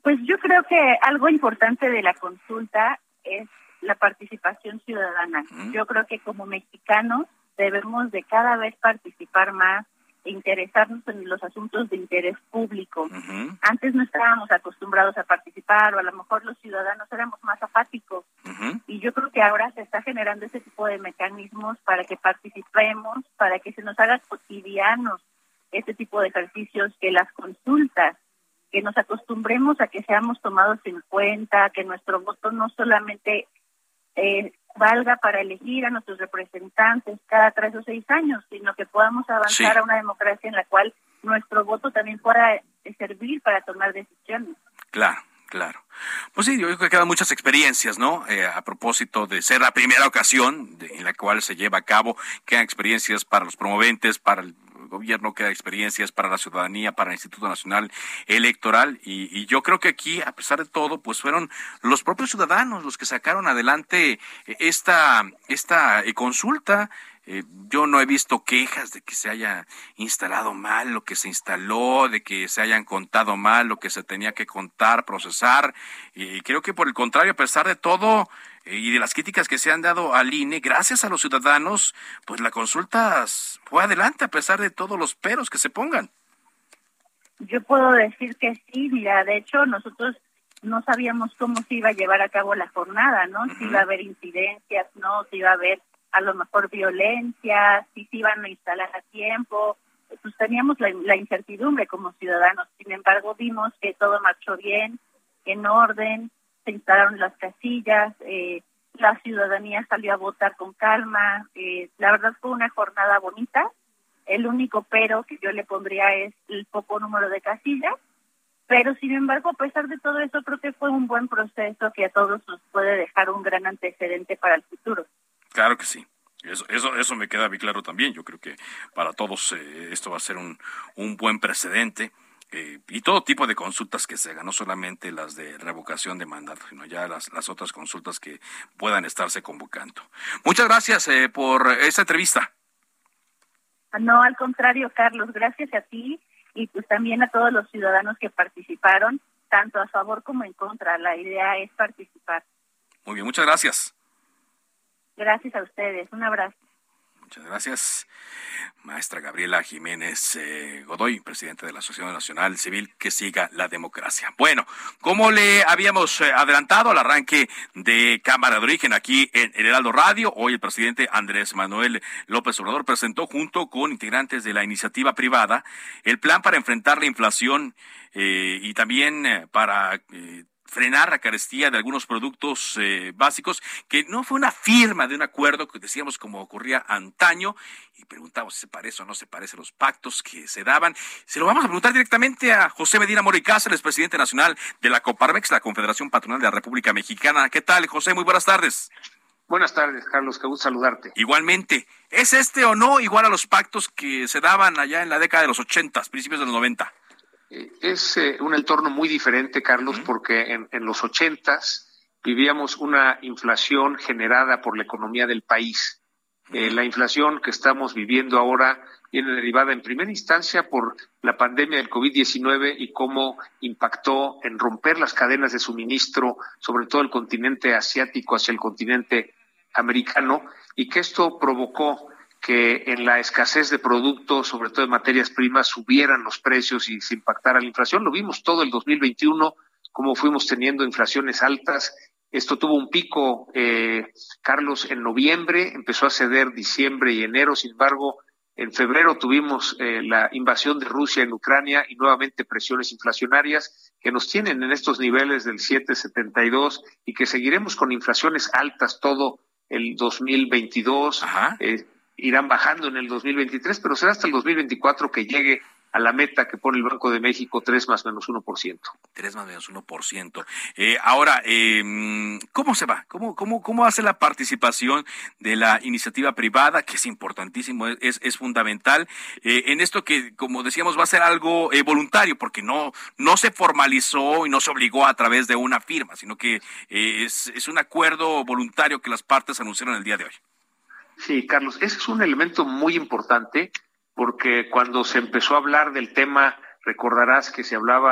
Pues yo creo que algo importante de la consulta es la participación ciudadana. Mm. Yo creo que como mexicanos debemos de cada vez participar más e interesarnos en los asuntos de interés público. Uh-huh. Antes no estábamos acostumbrados a participar, o a lo mejor los ciudadanos éramos más apáticos. Uh-huh. Y yo creo que ahora se está generando ese tipo de mecanismos para que participemos, para que se nos haga cotidianos este tipo de ejercicios, que las consultas, que nos acostumbremos a que seamos tomados en cuenta, que nuestro voto no solamente eh, valga para elegir a nuestros representantes cada tres o seis años, sino que podamos avanzar sí. a una democracia en la cual nuestro voto también pueda servir para tomar decisiones. Claro. Claro. Pues sí, yo creo que quedan muchas experiencias, ¿no? Eh, a propósito de ser la primera ocasión de, en la cual se lleva a cabo, quedan experiencias para los promoventes, para el gobierno, quedan experiencias para la ciudadanía, para el Instituto Nacional Electoral, y, y yo creo que aquí, a pesar de todo, pues fueron los propios ciudadanos los que sacaron adelante esta, esta eh, consulta. Eh, yo no he visto quejas de que se haya instalado mal lo que se instaló, de que se hayan contado mal lo que se tenía que contar, procesar, y creo que por el contrario, a pesar de todo eh, y de las críticas que se han dado al I N E, gracias a los ciudadanos, pues la consulta fue adelante a pesar de todos los peros que se pongan. Yo puedo decir que sí, mira, de hecho nosotros no sabíamos cómo se iba a llevar a cabo la jornada, ¿no? Uh-huh. Si iba a haber incidencias, no, si iba a haber a lo mejor violencia, si se iban a instalar a tiempo, pues teníamos la, la incertidumbre como ciudadanos. Sin embargo, vimos que todo marchó bien, en orden, se instalaron las casillas, eh, la ciudadanía salió a votar con calma. Eh, la verdad fue una jornada bonita. El único pero que yo le pondría es el poco número de casillas, pero sin embargo, a pesar de todo eso, creo que fue un buen proceso que a todos nos puede dejar un gran antecedente para el futuro. Claro que sí. Eso, eso, eso me queda muy claro también. Yo creo que para todos eh, esto va a ser un, un buen precedente. Eh, y todo tipo de consultas que se hagan, no solamente las de revocación de mandato, sino ya las, las otras consultas que puedan estarse convocando. Muchas gracias eh, por esta entrevista. No, al contrario, Carlos, gracias a ti y pues también a todos los ciudadanos que participaron, tanto a favor como en contra. La idea es participar. Muy bien, muchas gracias. Gracias a ustedes. Un abrazo. Muchas gracias. Maestra Gabriela Jiménez eh, Godoy, presidente de la Asociación Nacional Civil, que siga la democracia. Bueno, como le habíamos eh, adelantado al arranque de Cámara de Origen aquí en el Heraldo Radio, hoy el presidente Andrés Manuel López Obrador presentó junto con integrantes de la iniciativa privada el plan para enfrentar la inflación eh, y también eh, para eh, frenar la carestía de algunos productos eh, básicos, que no fue una firma de un acuerdo que decíamos como ocurría antaño, y preguntamos si se parece o no se parece a los pactos que se daban. Se lo vamos a preguntar directamente a José Medina Mora y Cáceres, presidente nacional de la Coparmex, la Confederación Patronal de la República Mexicana. ¿Qué tal, José? Muy buenas tardes. Buenas tardes, Carlos, qué gusto saludarte. Igualmente. ¿Es este o no igual a los pactos que se daban allá en la década de los ochentas, principios de los noventa? Es eh, un entorno muy diferente, Carlos, uh-huh. porque en, en los ochentas vivíamos una inflación generada por la economía del país. Uh-huh. Eh, la inflación que estamos viviendo ahora viene derivada en primera instancia por la pandemia del COVID diecinueve y cómo impactó en romper las cadenas de suministro, sobre todo el continente asiático hacia el continente americano, y que esto provocó que en la escasez de productos, sobre todo de materias primas, subieran los precios y se impactara la inflación. Lo vimos todo el dos mil veintiuno, cómo fuimos teniendo inflaciones altas. Esto tuvo un pico, eh, Carlos, en noviembre, empezó a ceder diciembre y enero. Sin embargo, en febrero tuvimos eh, la invasión de Rusia en Ucrania y nuevamente presiones inflacionarias que nos tienen en estos niveles del siete punto setenta y dos y que seguiremos con inflaciones altas todo el dos mil veintidós. Ajá. Eh, irán bajando en el dos mil veintitrés, pero será hasta el dos mil veinticuatro que llegue a la meta que pone el Banco de México, tres más menos uno por ciento. tres más menos uno por ciento. Eh, ahora, eh, ¿cómo se va? ¿Cómo, cómo, cómo hace la participación de la iniciativa privada, que es importantísimo, es, es fundamental, eh, en esto que, como decíamos, va a ser algo eh, voluntario, porque no, no se formalizó y no se obligó a través de una firma, sino que eh, es, es un acuerdo voluntario que las partes anunciaron el día de hoy? Sí, Carlos, ese es un elemento muy importante porque cuando se empezó a hablar del tema, recordarás que se hablaba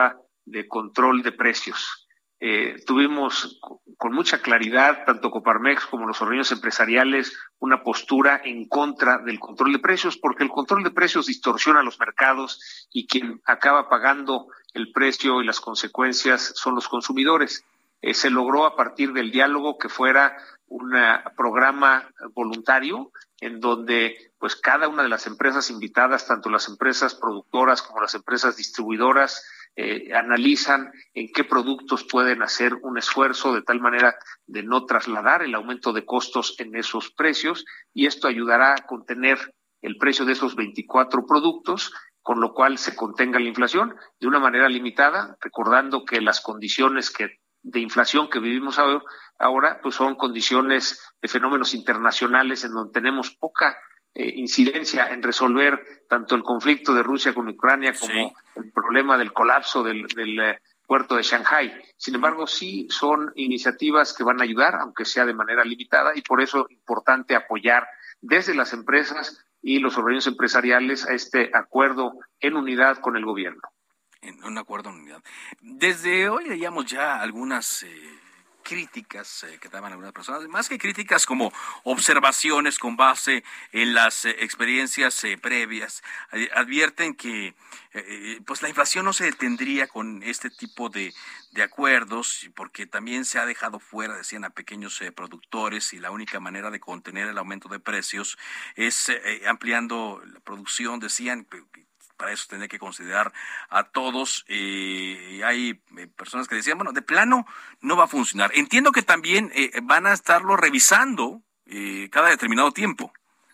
de control de precios. Eh, tuvimos con mucha claridad, tanto Coparmex como los organismos empresariales, una postura en contra del control de precios, porque el control de precios distorsiona los mercados y quien acaba pagando el precio y las consecuencias son los consumidores. Eh, se logró a partir del diálogo que fuera un programa voluntario en donde pues cada una de las empresas invitadas, tanto las empresas productoras como las empresas distribuidoras, eh, analizan en qué productos pueden hacer un esfuerzo de tal manera de no trasladar el aumento de costos en esos precios, y esto ayudará a contener el precio de esos veinticuatro productos, con lo cual se contenga la inflación de una manera limitada, recordando que las condiciones que de inflación que vivimos ahora, ahora pues son condiciones de fenómenos internacionales en donde tenemos poca eh, incidencia en resolver tanto el conflicto de Rusia con Ucrania como sí. el problema del colapso del, del eh, puerto de Shanghái. Sin embargo, sí son iniciativas que van a ayudar, aunque sea de manera limitada, y por eso es importante apoyar desde las empresas y los organismos empresariales a este acuerdo en unidad con el gobierno. En un acuerdo en unidad. Desde hoy leíamos ya algunas eh, críticas eh, que daban algunas personas, más que críticas como observaciones con base en las eh, experiencias eh, previas. Eh, advierten que eh, pues la inflación no se detendría con este tipo de, de acuerdos, porque también se ha dejado fuera, decían, a pequeños eh, productores, y la única manera de contener el aumento de precios es eh, ampliando la producción, decían. Para eso tendría que considerar a todos. Eh, hay eh, personas que decían, bueno, de plano no va a funcionar. Entiendo que también eh, van a estarlo revisando eh, cada determinado tiempo.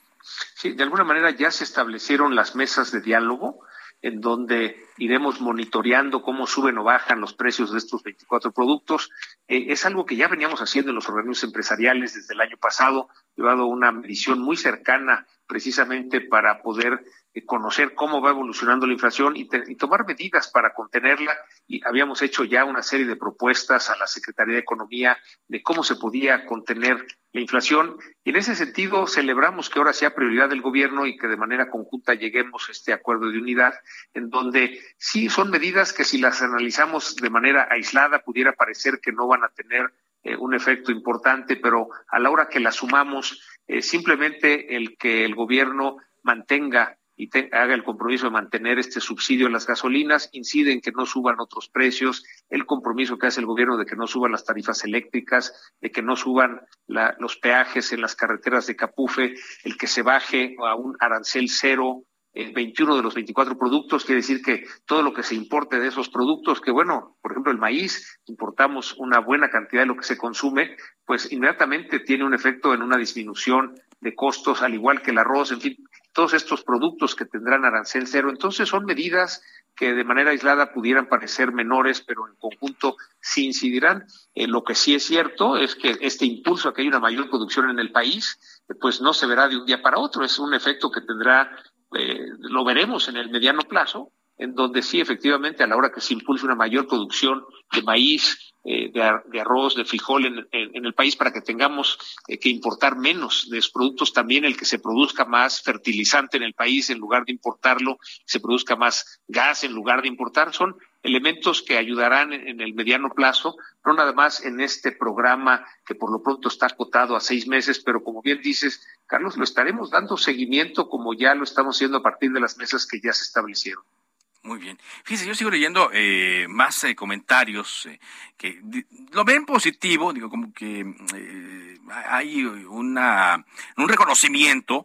Sí, de alguna manera ya se establecieron las mesas de diálogo en donde iremos monitoreando cómo suben o bajan los precios de estos veinticuatro productos. Eh, es algo que ya veníamos haciendo en los organismos empresariales desde el año pasado, llevado una medición muy cercana precisamente para poder eh, conocer cómo va evolucionando la inflación y, te, y tomar medidas para contenerla. Y habíamos hecho ya una serie de propuestas a la Secretaría de Economía de cómo se podía contener la inflación. Y en ese sentido celebramos que ahora sea prioridad del gobierno y que de manera conjunta lleguemos a este acuerdo de unidad, en donde sí son medidas que si las analizamos de manera aislada pudiera parecer que no van a tener eh, un efecto importante, pero a la hora que las sumamos, eh, simplemente el que el gobierno mantenga y te, haga el compromiso de mantener este subsidio en las gasolinas, incide en que no suban otros precios, el compromiso que hace el gobierno de que no suban las tarifas eléctricas, de que no suban la, los peajes en las carreteras de Capufe, el que se baje a un arancel cero en veintiuno de los veinticuatro productos, quiere decir que todo lo que se importe de esos productos, que bueno, por ejemplo el maíz, importamos una buena cantidad de lo que se consume, pues inmediatamente tiene un efecto en una disminución de costos, al igual que el arroz, en fin, todos estos productos que tendrán arancel cero. Entonces son medidas que de manera aislada pudieran parecer menores, pero en conjunto sí incidirán. Eh, lo que sí es cierto es que este impulso a que haya una mayor producción en el país, eh, pues no se verá de un día para otro, es un efecto que tendrá, eh, lo veremos en el mediano plazo, en donde sí, efectivamente, a la hora que se impulse una mayor producción de maíz, eh, de, ar de arroz, de frijol en, en, en el país, para que tengamos eh, que importar menos de los productos, también el que se produzca más fertilizante en el país en lugar de importarlo, se produzca más gas en lugar de importar, son elementos que ayudarán en, en el mediano plazo, no nada más en este programa que por lo pronto está acotado a seis meses, pero como bien dices, Carlos, lo estaremos dando seguimiento como ya lo estamos haciendo a partir de las mesas que ya se establecieron. Muy bien. Fíjese, yo sigo leyendo eh, más eh, comentarios eh, que lo ven positivo, digo, como que eh, hay una un reconocimiento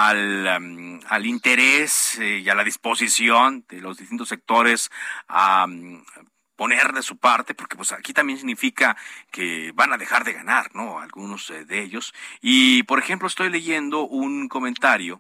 al, um, al interés eh, y a la disposición de los distintos sectores a um, poner de su parte, porque pues aquí también significa que van a dejar de ganar, ¿no? Algunos eh, de ellos. Y, por ejemplo, estoy leyendo un comentario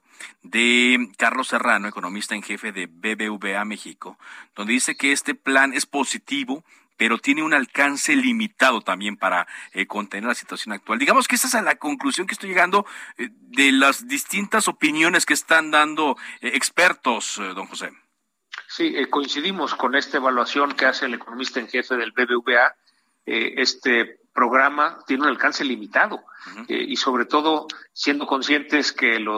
de Carlos Serrano, economista en jefe de B B V A México, donde dice que este plan es positivo, pero tiene un alcance limitado también para eh, contener la situación actual. Digamos que esa es la conclusión que estoy llegando eh, de las distintas opiniones que están dando eh, expertos, eh, don José. Sí, eh, coincidimos con esta evaluación que hace el economista en jefe del B B V A. Eh, este programa tiene un alcance limitado uh-huh. eh, y sobre todo siendo conscientes que los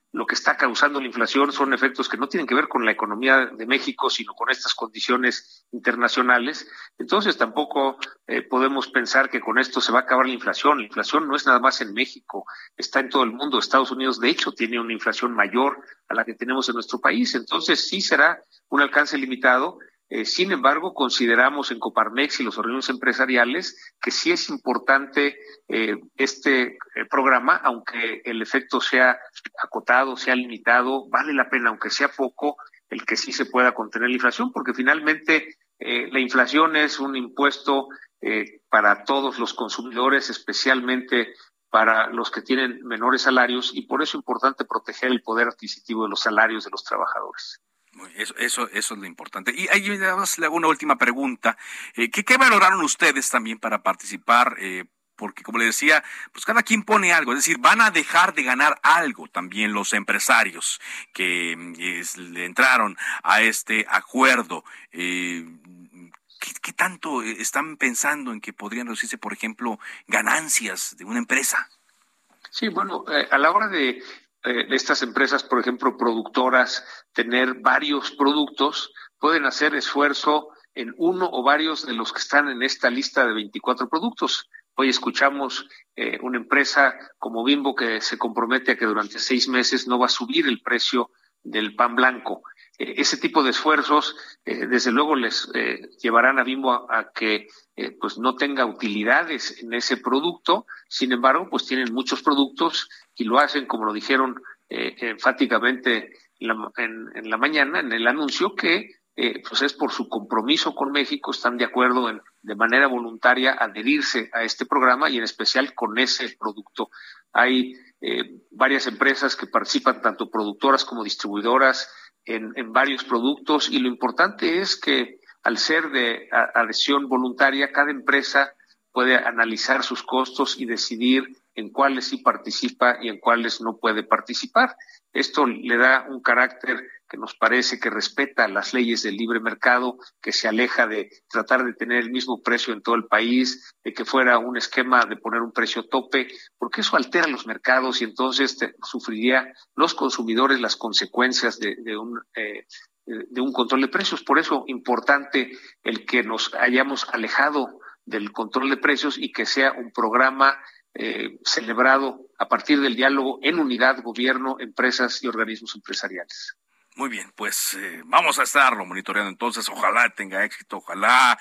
lo que está causando la inflación son efectos que no tienen que ver con la economía de México, sino con estas condiciones internacionales. Entonces tampoco eh, podemos pensar que con esto se va a acabar la inflación. La inflación no es nada más en México, está en todo el mundo. Estados Unidos, de hecho, tiene una inflación mayor a la que tenemos en nuestro país. Entonces sí será un alcance limitado. Eh, sin embargo, consideramos en Coparmex y los organismos empresariales que sí es importante eh, este eh, programa, aunque el efecto sea acotado, sea limitado, vale la pena, aunque sea poco, el que sí se pueda contener la inflación, porque finalmente eh, la inflación es un impuesto eh, para todos los consumidores, especialmente para los que tienen menores salarios, y por eso es importante proteger el poder adquisitivo de los salarios de los trabajadores. Eso, eso, eso es lo importante. Y ahí le hago una última pregunta. Eh, ¿qué, ¿Qué valoraron ustedes también para participar? Eh, porque, como le decía, pues cada quien pone algo. Es decir, van a dejar de ganar algo también los empresarios que es, le entraron a este acuerdo. Eh, ¿qué, ¿Qué tanto están pensando en que podrían reducirse, por ejemplo, ganancias de una empresa? Sí, bueno, eh, a la hora de... Eh, estas empresas, por ejemplo, productoras, tener varios productos, pueden hacer esfuerzo en uno o varios de los que están en esta lista de veinticuatro productos. Hoy escuchamos eh, una empresa como Bimbo que se compromete a que durante seis meses no va a subir el precio del pan blanco. Eh, ese tipo de esfuerzos, eh, desde luego, les eh, llevarán a Bimbo a, a que eh, pues no tenga utilidades en ese producto. Sin embargo, pues tienen muchos productos y lo hacen, como lo dijeron eh, enfáticamente en la, en, en la mañana, en el anuncio, que eh, pues es por su compromiso con México, están de acuerdo en de manera voluntaria adherirse a este programa y en especial con ese producto. Hay eh, varias empresas que participan, tanto productoras como distribuidoras, en, en varios productos, y lo importante es que al ser de adhesión voluntaria, cada empresa puede analizar sus costos y decidir en cuáles sí participa y en cuáles no puede participar. Esto le da un carácter que nos parece que respeta las leyes del libre mercado, que se aleja de tratar de tener el mismo precio en todo el país, de que fuera un esquema de poner un precio tope, porque eso altera los mercados y entonces te, sufriría los consumidores las consecuencias de, de un eh, de un control de precios. Por eso importante el que nos hayamos alejado del control de precios y que sea un programa eh, celebrado a partir del diálogo en unidad, gobierno, empresas y organismos empresariales. Muy bien, pues eh, vamos a estarlo monitoreando entonces, ojalá tenga éxito, ojalá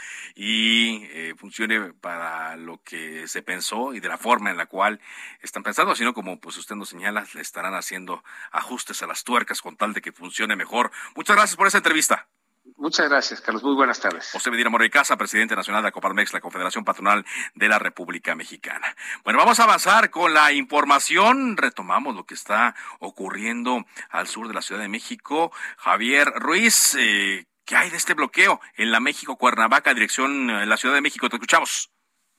y eh, funcione para lo que se pensó y de la forma en la cual están pensando, sino como pues usted nos señala, le estarán haciendo ajustes a las tuercas con tal de que funcione mejor. Muchas gracias por esa entrevista. Muchas gracias, Carlos. Muy buenas tardes. José Medina Mora y Casa, presidente nacional de Coparmex, la Confederación Patronal de la República Mexicana. Bueno, vamos a avanzar con la información. Retomamos lo que está ocurriendo al sur de la Ciudad de México. Javier Ruiz, eh, ¿qué hay de este bloqueo en la México-Cuernavaca, dirección en la Ciudad de México? Te escuchamos.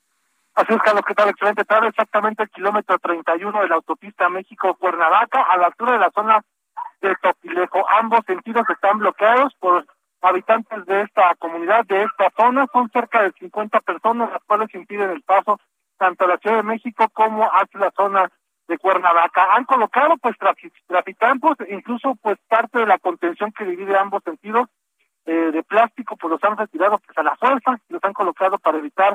Así es, Carlos, ¿qué tal? Excelente tarde. Exactamente el kilómetro treinta y uno de la autopista México-Cuernavaca, a la altura de la zona de Topilejo. Ambos sentidos están bloqueados por habitantes de esta comunidad, de esta zona. Son cerca de cincuenta personas las cuales impiden el paso tanto a la Ciudad de México como hacia la zona de Cuernavaca. Han colocado pues traficampos, incluso pues parte de la contención que divide ambos sentidos eh, de plástico, pues los han retirado pues a la fuerza, los han colocado para evitar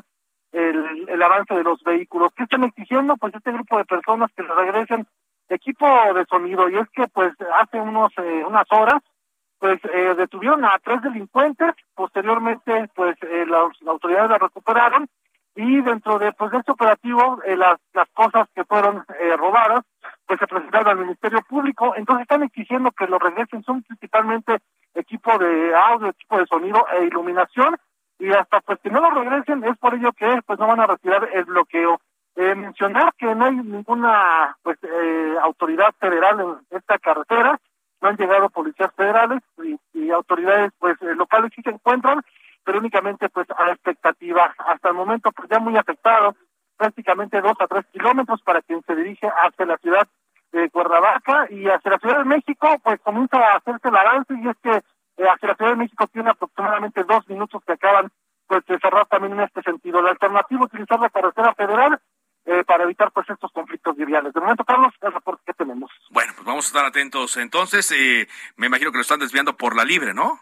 el, el avance de los vehículos. ¿Qué están exigiendo? Pues este grupo de personas que les regresen equipo de sonido, y es que pues hace unos eh, unas horas pues eh, detuvieron a tres delincuentes, posteriormente pues eh, las, las autoridades la recuperaron, y dentro de pues de este operativo eh, las las cosas que fueron eh, robadas pues se presentaron al Ministerio Público. Entonces están exigiendo que lo regresen, son principalmente equipo de audio, equipo de sonido e iluminación, y hasta pues que no lo regresen es por ello que pues no van a retirar el bloqueo. Eh, mencionar que no hay ninguna pues eh, autoridad federal en esta carretera, no han llegado policías federales y, y autoridades pues eh, locales sí se encuentran, pero únicamente pues a la expectativa. Hasta el momento pues ya muy afectado, prácticamente dos a tres kilómetros para quien se dirige hacia la ciudad de Cuernavaca, y hacia la Ciudad de México pues comienza a hacerse el avance, y es que eh, hacia la Ciudad de México tiene aproximadamente dos minutos que acaban pues de cerrar también en este sentido. La alternativa es utilizar la carretera federal eh, para evitar pues estos conflictos viales. De momento, Carlos, el reporte que tenemos. Bueno, pues vamos vamos a estar atentos. Entonces, eh, me imagino que lo están desviando por la libre, ¿no?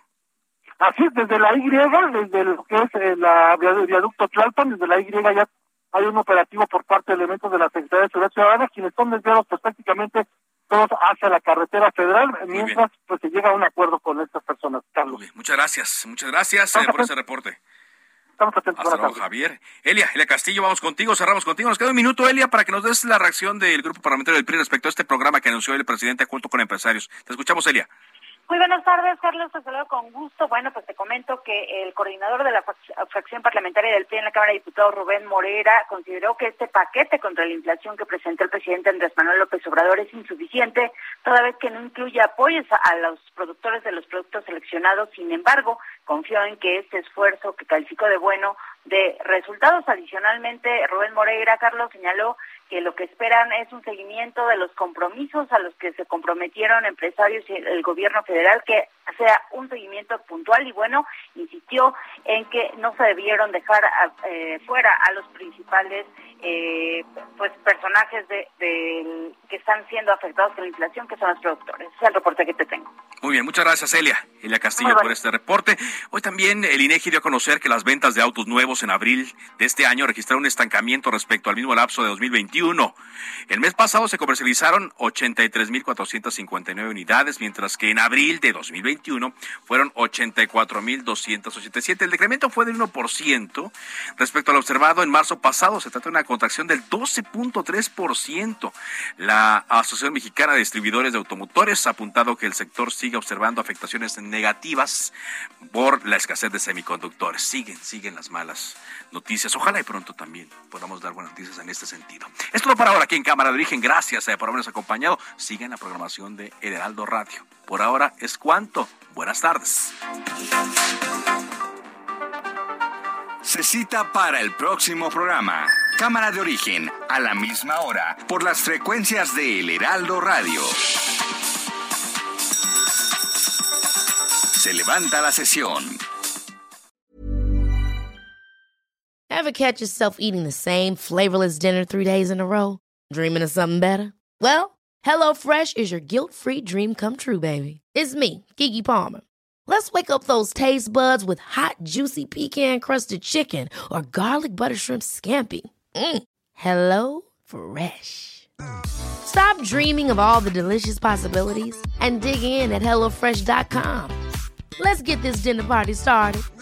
Así es, desde la Y, desde lo que es eh, la el viaducto Tlalpan, desde la Y ya hay un operativo por parte de elementos de la Secretaría de Seguridad Ciudadana, quienes son desviados pues prácticamente todos hacia la carretera federal, Muy mientras bien. pues se llega a un acuerdo con estas personas, Carlos. Muchas gracias, muchas gracias eh, por ese reporte. Estamos atentos. Hasta luego, Javier. Elia, Elia Castillo, vamos contigo, cerramos contigo. Nos queda un minuto, Elia, para que nos des la reacción del Grupo Parlamentario del P R I respecto a este programa que anunció el presidente junto con empresarios. Te escuchamos, Elia. Muy buenas tardes, Carlos, te saludo con gusto. Bueno, pues te comento que el coordinador de la fracción parlamentaria del P R I en la Cámara de Diputados, Rubén Moreira, consideró que este paquete contra la inflación que presentó el presidente Andrés Manuel López Obrador es insuficiente, toda vez que no incluye apoyos a los productores de los productos seleccionados. Sin embargo, confió en que este esfuerzo, que calificó de bueno, de resultados. Adicionalmente, Rubén Moreira, Carlos, señaló que lo que esperan es un seguimiento de los compromisos a los que se comprometieron empresarios y el gobierno federal, que sea un seguimiento puntual y bueno, insistió en que no se debieron dejar a, eh, fuera a los principales eh, pues personajes de, de que están siendo afectados por la inflación, que son los productores. Ese es el reporte que te tengo. Muy bien, muchas gracias, Elia. Elia Castillo, por este reporte. Hoy también el INEGI dio a conocer que las ventas de autos nuevos en abril de este año registraron un estancamiento respecto al mismo lapso de dos mil veintiuno. El mes pasado se comercializaron ochenta y tres mil cuatrocientas cincuenta y nueve unidades, mientras que en abril de dos mil veintiuno fueron ochenta y cuatro mil doscientas ochenta y siete. El decremento fue del uno por ciento respecto al observado en marzo pasado. Se trata de una contracción del doce punto tres por ciento. La Asociación Mexicana de Distribuidores de Automotores ha apuntado que el sector sigue observando afectaciones negativas por la escasez de semiconductores. Siguen, siguen las malas noticias. Ojalá y pronto también podamos dar buenas noticias en este sentido. Es todo por ahora aquí en Cámara de Origen. Gracias eh, por habernos acompañado. Sigan la programación de El Heraldo Radio. Por ahora es cuanto. Buenas tardes. Se cita para el próximo programa. Cámara de Origen, a la misma hora, por las frecuencias de El Heraldo Radio. Se levanta la sesión. Ever catch yourself eating the same flavorless dinner three days in a row? Dreaming of something better? Well, HelloFresh is your guilt-free dream come true, baby. It's me, Keke Palmer. Let's wake up those taste buds with hot, juicy pecan-crusted chicken or garlic butter shrimp scampi. Mm. Hello Fresh. Stop dreaming of all the delicious possibilities and dig in at hello fresh dot com. Let's get this dinner party started.